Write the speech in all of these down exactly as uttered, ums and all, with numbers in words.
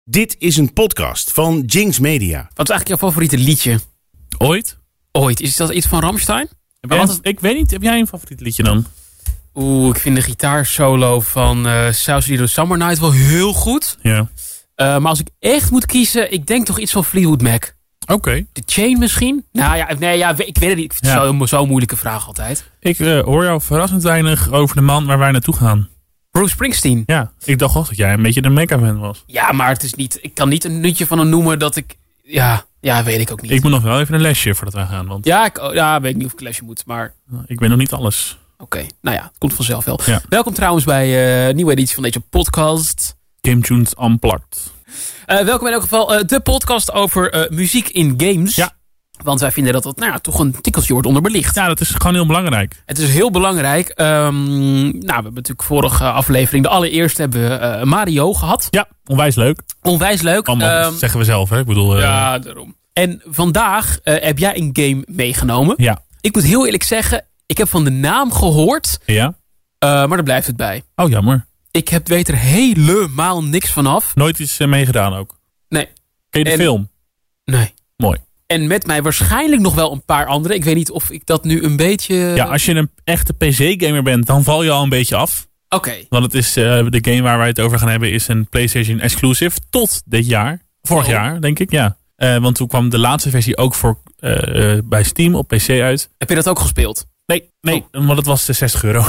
Dit is een podcast van Jinx Media. Wat is eigenlijk jouw favoriete liedje? Ooit? Ooit. Is dat iets van Rammstein? Heb jij een, ik weet niet, heb jij een favoriet liedje dan? Oeh, ik vind de gitaarsolo van uh, South Zero Summer Night wel heel goed. Ja. Uh, maar als ik echt moet kiezen, ik denk toch iets van Fleetwood Mac. Oké. Okay. The Chain misschien? Nou ja, nee, ja ik weet het niet. Ik vind het ja. zo'n moeilijke vraag altijd. Ik uh, hoor jou verrassend weinig over de man waar wij naartoe gaan. Bruce Springsteen. Ja, ik dacht ook dat jij een beetje een mega-fan was. Ja, maar het is niet, ik kan niet een nutje van hem noemen dat ik... Ja, ja, weet ik ook niet. Ik moet nog wel even een lesje voordat wij gaan. Want... Ja, ik ja, weet niet of ik een lesje moet, maar... Ik weet nog niet alles. Oké, okay. Nou ja, het komt vanzelf wel. Ja. Welkom trouwens bij uh, een nieuwe editie van deze podcast. Game Tunes Unplugged. Uh, welkom in elk geval uh, de podcast over uh, muziek in games. Ja. Want wij vinden dat dat nou ja, toch een tikkeltje wordt onderbelicht. Ja, dat is gewoon heel belangrijk. Het is heel belangrijk. Um, nou, we hebben natuurlijk vorige aflevering, de allereerste, hebben we uh, Mario gehad. Ja, onwijs leuk. Onwijs leuk. Allemaal, um, zeggen we zelf, hè? Ik bedoel... Uh... Ja, daarom. En vandaag uh, heb jij een game meegenomen. Ja. Ik moet heel eerlijk zeggen, ik heb van de naam gehoord. Ja. Uh, maar daar blijft het bij. Oh, jammer. Ik heb, weet er helemaal niks vanaf. Nooit iets uh, meegedaan ook? Nee. Ken je de en, film? Nee. Mooi. En met mij waarschijnlijk nog wel een paar anderen. Ik weet niet of ik dat nu een beetje... Ja, als je een echte P C-gamer bent, dan val je al een beetje af. Oké. Okay. Want het is, uh, de game waar wij het over gaan hebben is een PlayStation exclusive tot dit jaar. Vorig oh. jaar, denk ik, ja. Uh, want toen kwam de laatste versie ook voor, uh, uh, bij Steam op P C uit. Heb je dat ook gespeeld? Nee, nee, oh. want het was zestig euro.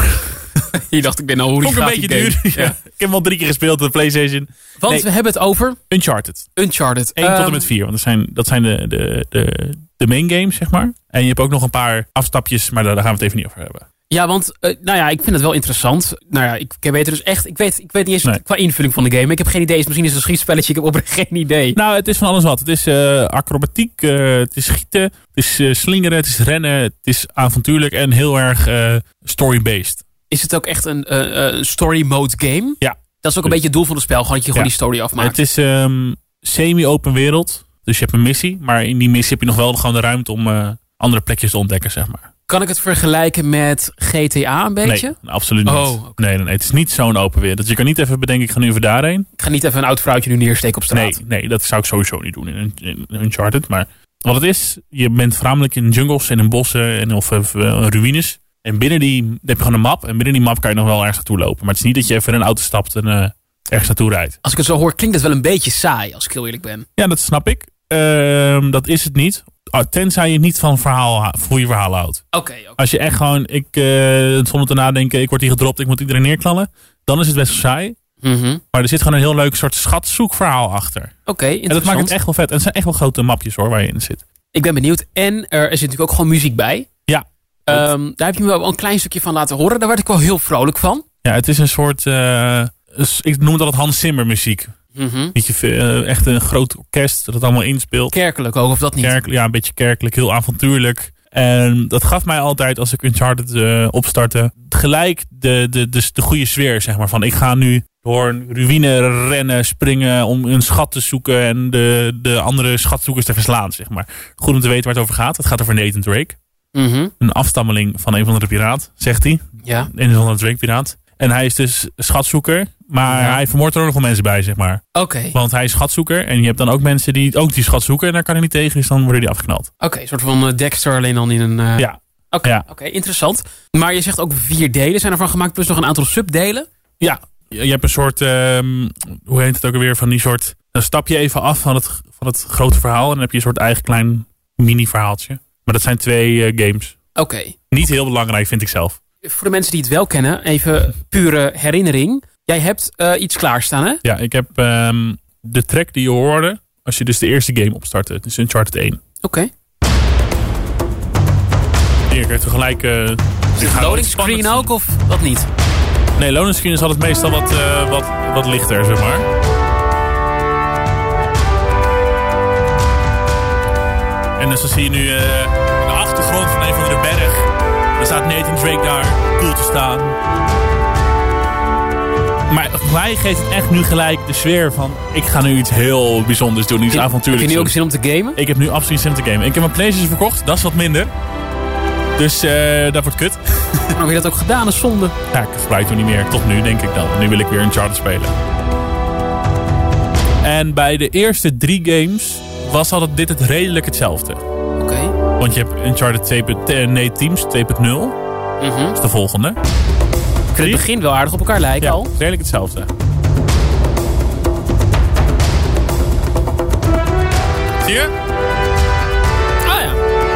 Je dacht, ik ben al hoe die ook een beetje duur. Ja. Ik heb hem al drie keer gespeeld op de PlayStation. Want nee. we hebben het over... Uncharted. Uncharted. één um, tot en met vier. Want dat zijn, dat zijn de, de, de, de main games, zeg maar. En je hebt ook nog een paar afstapjes, maar daar gaan we het even niet over hebben. Ja, want uh, nou ja, ik vind het wel interessant. Nou ja, ik, ik weet er dus echt... Ik weet, ik weet niet eens nee. qua invulling van de game. Ik heb geen idee. Misschien is het een schietspelletje. Ik heb oprecht geen idee. Nou, het is van alles wat. Het is uh, acrobatiek. Uh, het is schieten. Het is uh, slingeren. Het is rennen. Het is avontuurlijk. En heel erg uh, story-based. Is het ook echt een uh, story mode game? Ja. Dat is ook een beetje het doel van het spel. Gewoon dat je gewoon ja. die story afmaakt. Het is um, semi-open wereld. Dus je hebt een missie. Maar in die missie heb je nog wel gewoon de ruimte om uh, andere plekjes te ontdekken, zeg maar. Kan ik het vergelijken met G T A een beetje? Nee, absoluut niet. Oh, okay. nee, nee, nee, het is niet zo'n open wereld. Dus je kan niet even bedenken, ik ga nu even daarheen. Ik ga niet even een oud vrouwtje nu neersteken op straat. Nee, nee, dat zou ik sowieso niet doen in, in, in Uncharted. Maar wat het is, je bent voornamelijk in jungles en in bossen en of, of uh, ruïnes. En binnen die heb je gewoon een map. En binnen die map kan je nog wel ergens naartoe lopen. Maar het is niet dat je even in een auto stapt en uh, ergens naartoe rijdt. Als ik het zo hoor, klinkt het wel een beetje saai, als ik heel eerlijk ben. Ja, dat snap ik. Uh, dat is het niet. Tenzij je niet van verhaal, goede verhalen houdt. Oké. Okay, okay. Als je echt gewoon, ik uh, zonder te nadenken, ik word hier gedropt, ik moet iedereen neerknallen. Dan is het best wel saai. Mm-hmm. Maar er zit gewoon een heel leuk soort schatzoekverhaal achter. Oké, okay, interessant. En dat maakt het echt wel vet. En het zijn echt wel grote mapjes hoor, waar je in zit. Ik ben benieuwd. En er zit natuurlijk ook gewoon muziek bij. Ja. Um, daar heb je me wel een klein stukje van laten horen. Daar werd ik wel heel vrolijk van. Ja, het is een soort, uh, ik noem het altijd Hans Zimmer muziek. Mm-hmm. Beetje, uh, echt een groot orkest dat het allemaal inspeelt. Kerkelijk ook, of dat niet? Kerk, ja, een beetje kerkelijk, heel avontuurlijk. En dat gaf mij altijd, als ik Uncharted uh, opstartte, gelijk de, de, de, de goede sfeer, zeg maar. Van ik ga nu door een ruïne rennen, springen om een schat te zoeken en de, de andere schatzoekers te verslaan, zeg maar. Goed om te weten waar het over gaat. Het gaat over Nathan Drake. Mm-hmm. Een afstammeling van een van de piraat, zegt hij. Ja. Een van de Drake-piraat. En hij is dus schatzoeker, maar ja. hij vermoordt er ook nog wel mensen bij, zeg maar. Oké. Okay. Want hij is schatzoeker en je hebt dan ook mensen die ook die schat zoeken en daar kan hij niet tegen, dus dan worden die afgeknald. Oké, okay, een soort van uh, Dexter, alleen dan in een... Uh... Ja. Oké, okay, ja. okay, interessant. Maar je zegt ook vier delen zijn ervan gemaakt, plus nog een aantal subdelen? Ja, je hebt een soort, um, hoe heet het ook alweer, van die soort... Dan stap je even af van het, van het grote verhaal en dan heb je een soort eigen klein mini-verhaaltje. Maar dat zijn twee uh, games. Oké. Okay. Niet heel belangrijk, vind ik zelf. Voor de mensen die het wel kennen, even pure herinnering. Jij hebt uh, iets klaarstaan, hè? Ja, ik heb um, de track die je hoorde als je dus de eerste game opstartte. Het is Uncharted één. Oké. Okay. Hier kun je tegelijk... Uh, is het loading screen ook, of wat niet? Nee, loading screen is altijd meestal wat, uh, wat, wat lichter, zeg maar. En dus dan zie je nu uh, de achtergrond van een van de berg. Er staat Nathan Drake daar, cool te staan. Maar voor mij geeft het echt nu gelijk de sfeer van... ik ga nu iets heel bijzonders doen, iets avontuurlijks. Heb je nu ook zin om te gamen? Ik heb nu absoluut zin om te gamen. Ik heb mijn PlayStation verkocht, dat is wat minder. Dus uh, dat wordt kut. Maar heb je dat ook gedaan, dat is zonde. Ja, ik gebruik het niet meer. Tot nu, denk ik dan. Nu wil ik weer Uncharted spelen. En bij de eerste drie games was altijd dit het redelijk hetzelfde. Oké. Okay. Want je hebt Uncharted twee, nee, Teams twee punt nul. Mm-hmm. Dat is de volgende. Ik vind het begin wel aardig op elkaar lijken ja, al. redelijk hetzelfde. Zie je? Ah ja.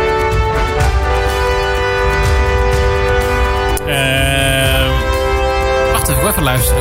Uh, Wacht even, ik wil even luisteren.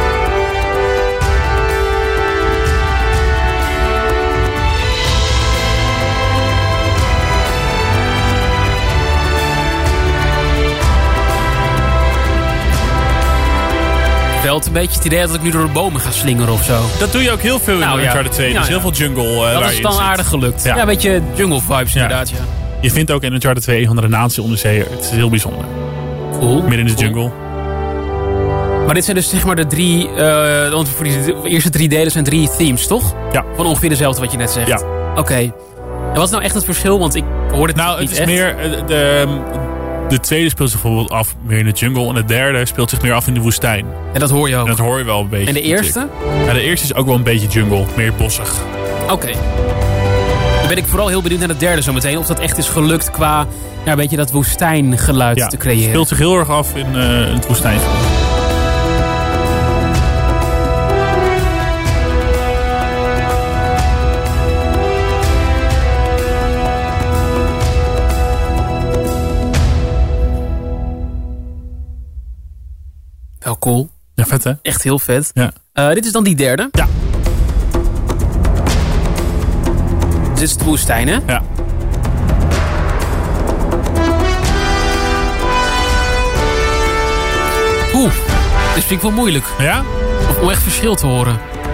Wel een beetje het idee dat ik nu door de bomen ga slingeren of zo. Dat doe je ook heel veel in nou, Uncharted twee. Ja, dus ja. heel veel jungle. Uh, dat waar is je dan zit. aardig gelukt. Ja. ja, een beetje jungle vibes ja. inderdaad. Ja. Je vindt ook in Uncharted twee een van de natie onder zee. Het is heel bijzonder. Cool. Midden in de cool. jungle. Maar dit zijn dus zeg maar de drie... Uh, want voor die eerste drie delen zijn drie themes, toch? Ja. Van ongeveer dezelfde wat je net zegt. Ja. Oké. Okay. En wat is nou echt het verschil? Want ik hoorde het nou, niet het is echt. meer... De, de tweede speelt zich bijvoorbeeld af meer in de jungle. En de derde speelt zich meer af in de woestijn. En dat hoor je ook. En dat hoor je wel een beetje. En de eerste? Ja, de eerste is ook wel een beetje jungle. Meer bossig. Oké. Okay. Dan ben ik vooral heel benieuwd naar de derde zometeen. Of dat echt is gelukt qua ja, een beetje dat woestijngeluid ja, te creëren. Het speelt zich heel erg af in uh, het woestijn. Wel cool. Ja, vet hè? Echt heel vet. Ja. Uh, dit is dan die derde. Ja. Dit is de woestijn, hè? Ja. Oeh, dit vind ik wel moeilijk. Ja? Of om echt verschil te horen.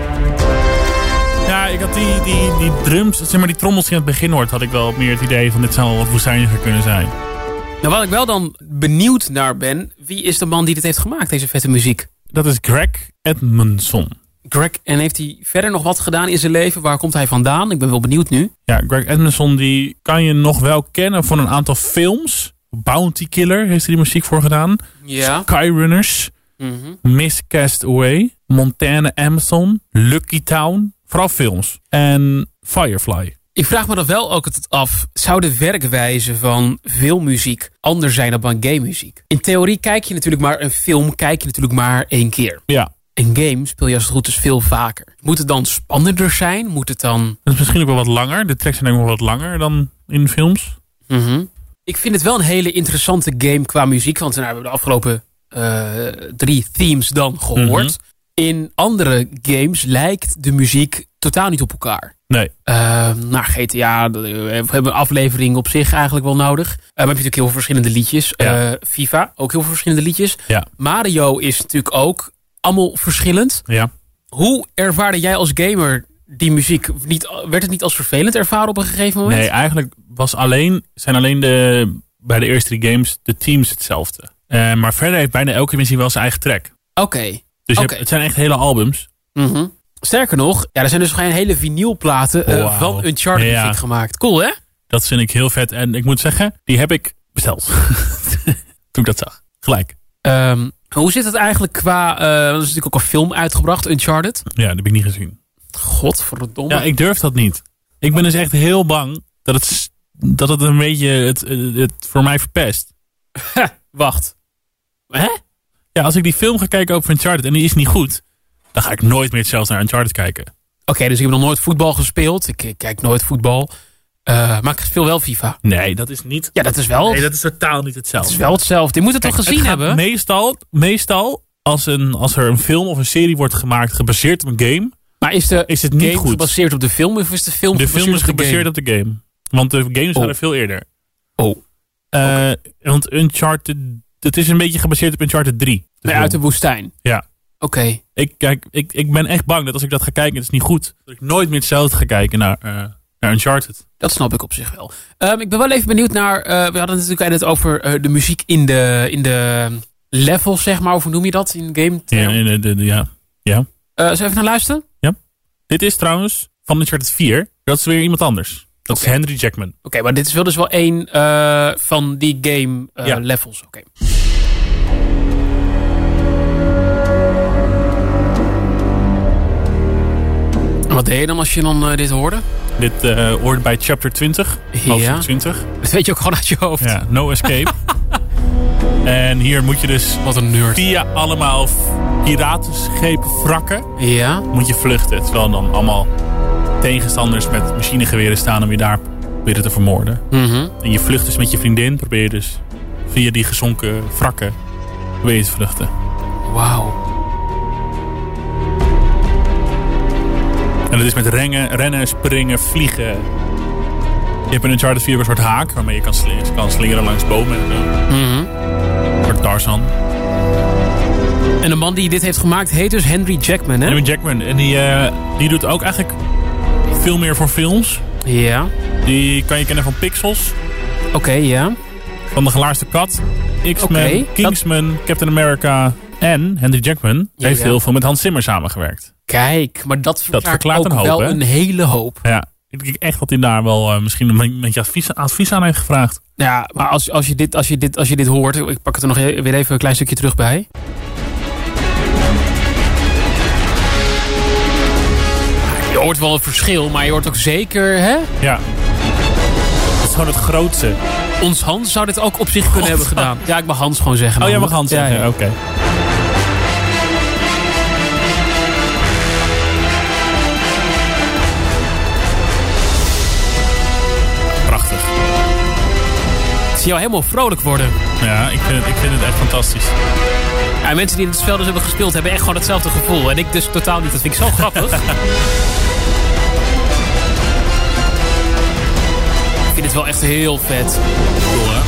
Ja, ik had die, die, die drums, zeg maar die trommels die aan het begin hoort, had ik wel meer het idee van dit zou wel wat woestijniger kunnen zijn. Nou, wat ik wel dan benieuwd naar ben, wie is de man die dit heeft gemaakt, deze vette muziek? Dat is Greg Edmondson. Greg, en heeft hij verder nog wat gedaan in zijn leven? Waar komt hij vandaan? Ik ben wel benieuwd nu. Ja, Greg Edmondson, die kan je nog wel kennen van een aantal films. Bounty Killer heeft hij die muziek voor gedaan. Ja. Skyrunners. Mm-hmm. Miss Castaway. Montana Amazon. Lucky Town. Vooral films. En Firefly. Ik vraag me dan wel ook het af, zou de werkwijze van filmmuziek anders zijn dan van game muziek? In theorie kijk je natuurlijk maar een film, kijk je natuurlijk maar één keer. Ja. Een game speel je als het goed is veel vaker. Moet het dan spannender zijn? Moet het dan... Dat is misschien ook wel wat langer. De tracks zijn ook wel wat langer dan in films. Mm-hmm. Ik vind het wel een hele interessante game qua muziek. Want nou, we hebben de afgelopen uh, drie themes dan gehoord. Mm-hmm. In andere games lijkt de muziek totaal niet op elkaar. Nee. Uh, nou, G T A, we hebben een aflevering op zich eigenlijk wel nodig. Uh, maar heb je natuurlijk heel veel verschillende liedjes. Ja. Uh, FIFA, ook heel veel verschillende liedjes. Ja. Mario is natuurlijk ook allemaal verschillend. Ja. Hoe ervaarde jij als gamer die muziek? Niet, werd het niet als vervelend ervaren op een gegeven moment? Nee, eigenlijk was alleen, zijn alleen de, bij de eerste drie games de teams hetzelfde. Uh, maar verder heeft bijna elke missie wel zijn eigen track. Oké. Okay. Dus okay. hebt, het zijn echt hele albums. Mm-hmm. Sterker nog, ja, er zijn dus gewoon hele vinylplaten uh, wow. van Uncharted ja. muziek gemaakt. Cool, hè? Dat vind ik heel vet. En ik moet zeggen, die heb ik besteld. Toen ik dat zag. Gelijk. Um, hoe zit het eigenlijk qua... Uh, er is natuurlijk ook een film uitgebracht, Uncharted. Ja, dat heb ik niet gezien. Godverdomme. Ja, ik durf dat niet. Ik ben dus echt heel bang dat het, dat het een beetje het, het, het voor mij verpest. Wacht. Hè? Ja, als ik die film ga kijken over Uncharted en die is niet goed, dan ga ik nooit meer zelfs naar Uncharted kijken. Oké, okay, dus ik heb nog nooit voetbal gespeeld. Ik, ik kijk nooit voetbal. Uh, maar ik speel wel FIFA. Nee, dat is niet... Ja, dat is wel... Nee, dat is totaal niet hetzelfde. Het is wel hetzelfde. Je moet het Kijk, toch gezien het hebben? Meestal, meestal als, een, als er een film of een serie wordt gemaakt gebaseerd op een game... Maar is, de is het niet game goed gebaseerd op de film of is de film de gebaseerd, film is op, de gebaseerd op de game? Want de games oh. waren veel eerder. Oh. Uh, okay. Want Uncharted... Het is een beetje gebaseerd op Uncharted drie. Nee, uit de woestijn? Ja. Oké. Okay. Ik, kijk, ik, ik ben echt bang dat als ik dat ga kijken, het is niet goed. Dat ik nooit meer hetzelfde ga kijken naar, uh, naar Uncharted. Dat snap ik op zich wel. Um, ik ben wel even benieuwd naar... Uh, we hadden het natuurlijk net over uh, de muziek in de, in de levels, zeg maar. Of hoe noem je dat in game? Ja, in de, de, de, ja. ja. Uh, zullen we even naar luisteren? Ja. Dit is trouwens van Uncharted vier. Dat is weer iemand anders. Dat okay. is Henry Jackman. Oké, okay, maar dit is wel dus wel één uh, van die game uh, ja. levels. Oké. Okay. Wat deed je dan als je dan uh, dit hoorde? Dit uh, hoort bij chapter twintig. Ja. twintig. Dat weet je ook gewoon uit je hoofd. Ja, no escape. En hier moet je dus... Wat een nerd. Via allemaal piratenschepen wrakken. Ja. Moet je vluchten. Terwijl dan allemaal tegenstanders met machinegeweren staan om je daar proberen te vermoorden. Mm-hmm. En je vlucht dus met je vriendin. Probeer je dus via die gezonken wrakken probeer je te vluchten. Wauw. En dat is met rennen, rennen, springen, vliegen. Je hebt in Uncharted vier een soort haak waarmee je kan slingeren, kan slingeren langs bomen. Mm-hmm. Voor Tarzan. En de man die dit heeft gemaakt heet dus Henry Jackman, hè? Henry Jackman. En die, uh, die doet ook eigenlijk veel meer voor films. Ja. Die kan je kennen van Pixels. Oké, okay, ja. Van De Gelaarste Kat. X-Men, Okay, Kingsman, dat... Captain America. En Henry Jackman ja, heeft ja. heel veel met Hans Zimmer samengewerkt. Kijk, maar dat verklaart, dat verklaart ook een hoop, wel hè? een hele hoop. Ja, ik denk echt dat hij daar wel uh, misschien een beetje advies, advies aan heeft gevraagd. Ja, maar als, als, je dit, als, je dit, als je dit hoort... Ik pak het er nog weer even een klein stukje terug bij. Je hoort wel een verschil, maar je hoort ook zeker, hè? Ja. Dat is gewoon het grootste. Ons Hans zou dit ook op zich kunnen hebben gedaan. Ja, ik mag Hans gewoon zeggen. Oh, jij mag Hans zeggen, ja, ja. oké. Okay. Prachtig. Ik zie jou helemaal vrolijk worden. Ja, ik vind het, ik vind het echt fantastisch. Ja, mensen die het spel dus hebben gespeeld hebben echt gewoon hetzelfde gevoel. En ik dus totaal niet. Dat vind ik zo grappig. Ik vind het wel echt heel vet. Cool, hè?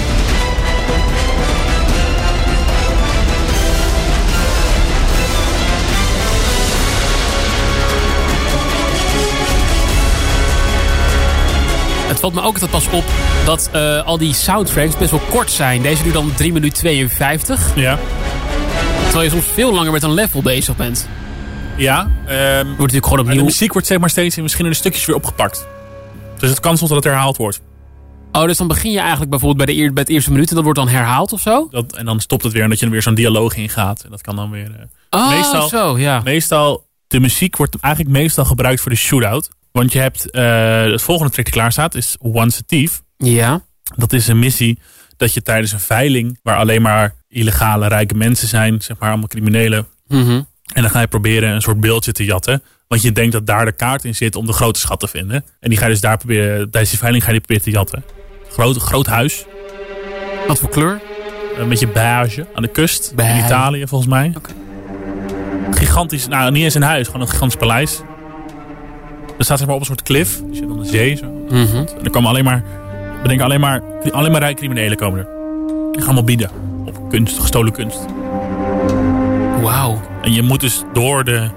Het valt me ook altijd pas op dat uh, al die soundtracks best wel kort zijn. Deze duurt dan drie minuten tweeënvijftig. Ja. Terwijl je soms veel langer met een level bezig bent. Ja. Um, wordt natuurlijk gewoon opnieuw... de muziek wordt zeg maar steeds in verschillende stukjes weer opgepakt. Dus het kan soms dat het herhaald wordt. Oh, dus dan begin je eigenlijk bijvoorbeeld bij, de eer, bij het eerste minuut en dat wordt dan herhaald of zo? Dat, en dan stopt het weer en dat je er weer zo'n dialoog in gaat. En dat kan dan weer... Uh, oh, meestal, zo, ja. Meestal, de muziek wordt eigenlijk meestal gebruikt voor de shootout. Want je hebt, uh, het volgende track die klaar staat is Once a Thief. Ja. Dat is een missie dat je tijdens een veiling, waar alleen maar illegale rijke mensen zijn, zeg maar allemaal criminelen. Mm-hmm. En dan ga je proberen een soort beeldje te jatten. Want je denkt dat daar de kaart in zit om de grote schat te vinden. En die ga je dus daar proberen, tijdens die veiling ga je die proberen te jatten. Groot, groot huis. Wat voor kleur? Een beetje beige aan de kust. Beige. In Italië volgens mij. Okay. Gigantisch, nou niet eens een huis, gewoon een gigantisch paleis. Er staat zeg maar op een soort klif. Je zit aan de zee. Zo. Mm-hmm. En er komen alleen maar, we denken alleen maar, alleen maar rijke criminelen komen er. Die gaan allemaal bieden op kunst, gestolen kunst. Wauw. En je moet dus door de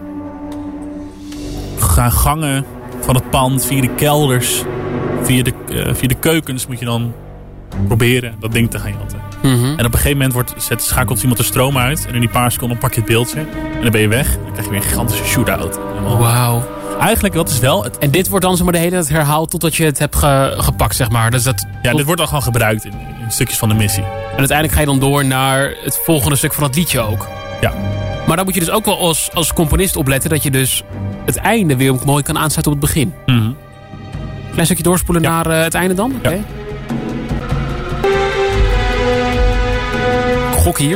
gangen van het pand, via de kelders, via de, uh, via de keukens moet je dan proberen dat ding te gaan jatten. Mm-hmm. En op een gegeven moment wordt, zet, schakelt iemand de stroom uit. En in die paar seconden pak je het beeldje. En dan ben je weg. En dan krijg je weer een gigantische shootout. Wauw. Eigenlijk, dat is wel... Het... En dit wordt dan zomaar de hele tijd herhaald totdat je het hebt ge, gepakt, zeg maar. Dus dat... Ja, dit wordt al gewoon gebruikt in, in stukjes van de missie. En uiteindelijk ga je dan door naar het volgende stuk van het liedje ook. Ja. Maar dan moet je dus ook wel als, als componist opletten dat je dus het einde weer mooi kan aansluiten op het begin. Mm-hmm. Klein stukje doorspoelen ja. naar uh, het einde dan? Oké. Okay. Ja. Gok hier.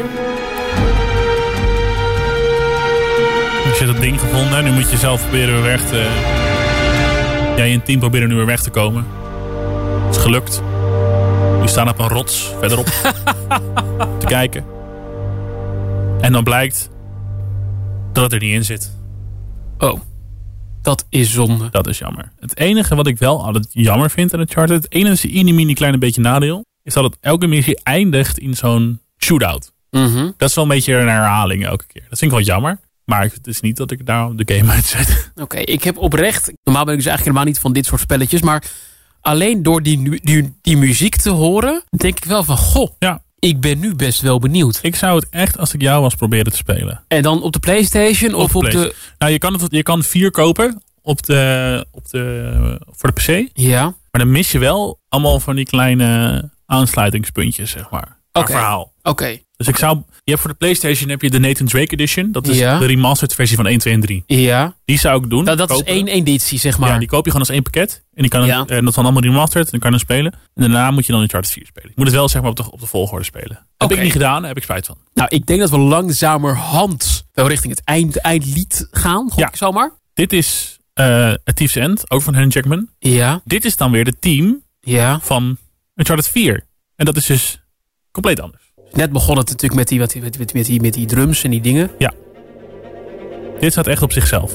Dus je hebt dat ding gevonden. Nu moet je zelf proberen weer weg te... Jij en team proberen nu weer weg te komen. Het is gelukt. We staan op een rots verderop te kijken. En dan blijkt dat het er niet in zit. Oh. Dat is zonde. Dat is jammer. Het enige wat ik wel altijd jammer vind aan het Uncharted, het enige mini kleine beetje nadeel, is dat het elke missie eindigt in zo'n shootout. Mm-hmm. Dat is wel een beetje een herhaling elke keer. Dat vind ik wel jammer. Maar het is niet dat ik daar de game uitzet. Oké, okay, ik heb oprecht... Normaal ben ik dus eigenlijk helemaal niet van dit soort spelletjes. Maar alleen door die, die, die muziek te horen, denk ik wel van... Goh, ja. Ik ben nu best wel benieuwd. Ik zou het echt, als ik jou was, proberen te spelen. En dan op de PlayStation of op, op de... Play... Nou, je kan, het, je kan vier kopen op de, op de, voor de P C. Ja. Maar dan mis je wel allemaal van die kleine aansluitingspuntjes, zeg maar. Oké. Verhaal. Oké. Dus Dus ik zou... Je hebt voor de PlayStation heb je de Nathan Drake Edition. Dat is Ja. de remastered versie van één, twee en drie. Ja. Die zou ik doen. Dat, dat is kopen. één editie, zeg maar. Ja, die koop je gewoon als één pakket. En, die kan Ja. het, en dat is dan allemaal remastered. En dan kan je hem spelen. En daarna moet je dan Uncharted vier spelen. Je moet het wel zeg maar op de, op de volgorde spelen. Heb Oké. ik niet gedaan, daar heb ik spijt van. Nou, ik denk dat we langzamerhand wel richting het eind, eindlied gaan. Gok Ja. ik zomaar. Dit is uh, A Thief's End, ook van Henry Jackman. Ja. Dit is dan weer de team Ja. van Uncharted vier. En dat is dus compleet anders. Net begon het natuurlijk met die, met, die, met, die, met, die, met die drums en die dingen. Ja. Dit staat echt op zichzelf.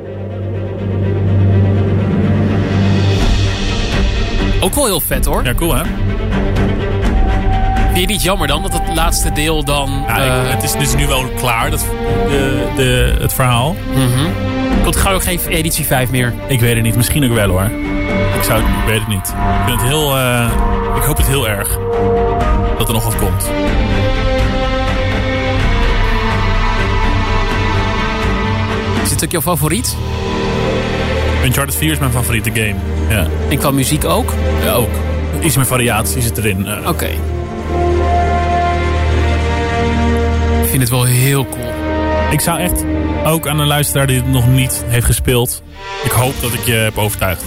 Ook wel heel vet, hoor. Ja, cool hè? Vind je niet jammer dan dat het laatste deel dan... Ja, uh, ik, het is dus nu wel klaar, dat, de, de, het verhaal. mm-hmm. Komt gauw ook geen editie vijf meer. Ik weet het niet, misschien ook wel hoor. Ik, zou, ik weet het niet. Ik, vind het heel, uh, ik hoop het heel erg dat er nog wat komt. Is dit ook jouw favoriet? Uncharted vier is mijn favoriete game. Ja, En qua muziek ook? ja ook. Iets meer variatie zit erin. Uh, Oké. Okay. Ik vind het wel heel cool. Ik zou echt, ook aan een luisteraar die het nog niet heeft gespeeld... Ik hoop dat ik je heb overtuigd.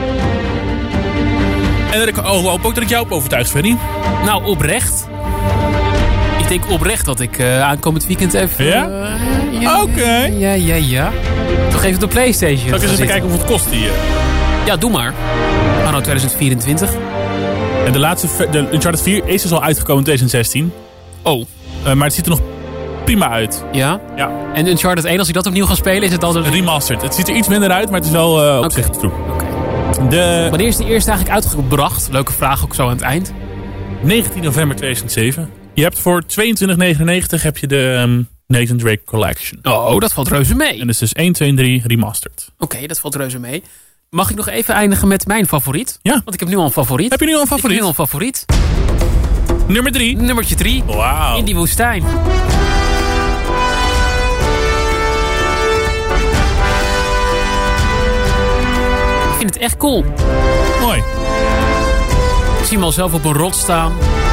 En dat ik oh, hoop ook dat ik jou heb overtuigd, Freddy. Nou, oprecht. Ik denk oprecht dat ik uh, aankomend weekend even... Ja? Uh, ja Oké. Okay. Ja, ja, ja. Toch even op de PlayStation. Zal ik eens even kijken hoeveel het kost die? Uh... Ja, doe maar. Anno tweeduizend vierentwintig. En de laatste, de Uncharted vier is dus al uitgekomen in tweeduizend zestien. Oh. Uh, maar het ziet er nog prima uit. Ja? Ja. En Uncharted één, als ik dat opnieuw ga spelen, is het dan... Een... Remastered. Het ziet er iets minder uit, maar het is wel uh, op okay. zich te doen. Oké. Okay. De... Wanneer is de eerste eigenlijk uitgebracht? Leuke vraag ook zo aan het eind. negentien november tweeduizend zeven. Je hebt voor tweeëntwintig negenennegentig heb je de um, Nathan Drake Collection. Oh, dat valt reuze mee. En dat is dus één, twee en drie remastered. Oké, okay, dat valt reuze mee. Mag ik nog even eindigen met mijn favoriet? Ja. Want ik heb nu al een favoriet. Heb je nu al een favoriet? Ik heb nu al een favoriet. Nummer drie. Nummertje drie. Wauw. In die woestijn. Ik vind het echt cool. Mooi. Ik zie hem al zelf op een rots staan.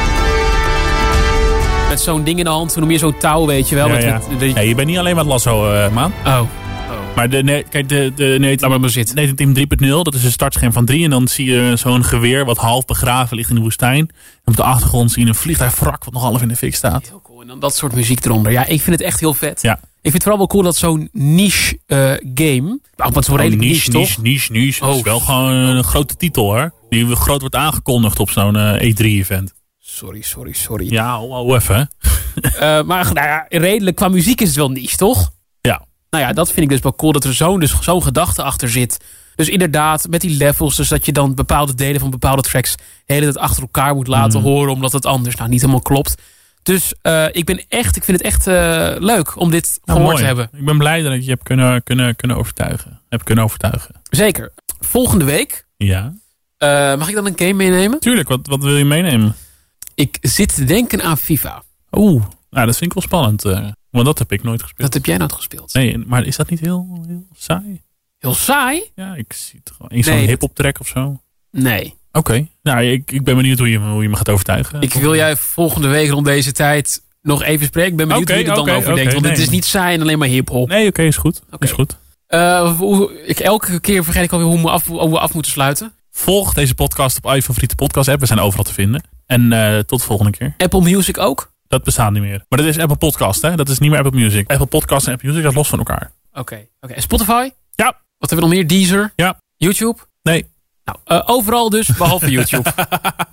Met zo'n ding in de hand. Hoe noem je zo'n touw, weet je wel. Ja, met, ja. met, met, Ja, je bent niet alleen met lasso, uh, man. Oh. Maar de, nee, kijk, de, de Nathan, Laat maar maar zitten. Nathan Team drie punt nul, dat is een startscherm van drie. En dan zie je zo'n geweer wat half begraven ligt in de woestijn. En op de achtergrond zie je een vliegtuigwrak wat nog half in de fik staat. Heel cool. En dan dat soort muziek eronder. Ja, ik vind het echt heel vet. Ja. Ik vind het vooral wel cool dat zo'n niche uh, game... Oh, wat zo Oh, redelijk niche, niche, niche, toch? niche, niche. Oh. Dat is wel gewoon een grote titel, hoor. Die groot wordt aangekondigd op zo'n uh, E drie event. Sorry, sorry, sorry. Ja, oh, oh, even, hè. uh, maar nou ja, redelijk qua muziek is het wel niche, toch? Ja. Nou ja, dat vind ik dus wel cool, dat er zo'n dus zo'n gedachte achter zit. Dus inderdaad, met die levels, dus dat je dan bepaalde delen van bepaalde tracks de hele tijd achter elkaar moet laten mm. horen, omdat het anders nou niet helemaal klopt. Dus uh, ik ben echt, ik vind het echt uh, leuk om dit nou, gehoord mooi. te hebben. Ik ben blij dat ik je heb kunnen, kunnen, kunnen overtuigen. Heb kunnen overtuigen. Zeker. Volgende week. Ja. Uh, mag ik dan een game meenemen? Tuurlijk, wat, wat wil je meenemen? Ik zit te denken aan FIFA. Oeh, nou, dat vind ik wel spannend. Uh, want dat heb ik nooit gespeeld. Dat heb jij nooit gespeeld? Nee, maar is dat niet heel, heel saai? Heel saai? Ja, ik zie het gewoon. Eens nee, zo'n hip-hop track of zo. Nee. Oké, okay. Nou, ik, ik ben benieuwd hoe je, hoe je me gaat overtuigen. Ik wil jij volgende week rond deze tijd nog even spreken. Ik ben benieuwd okay, hoe je er dan okay, over okay, denkt. Want nee. het is niet saai en alleen maar hiphop. Nee, oké, okay, is goed. Okay. Is goed. Uh, hoe, ik, elke keer vergeet ik alweer hoe we af, hoe we af moeten sluiten. Volg deze podcast op al je favoriete podcast app. We zijn overal te vinden. En uh, tot de volgende keer. Apple Music ook? Dat bestaat niet meer. Maar dat is Apple Podcast, hè? Dat is niet meer Apple Music. Apple Podcast en Apple Music, dat is los van elkaar. Oké. Okay. Okay. En Spotify? Ja. Wat hebben we nog meer? Deezer? Ja. YouTube? Nee. Nou, uh, overal dus, behalve YouTube.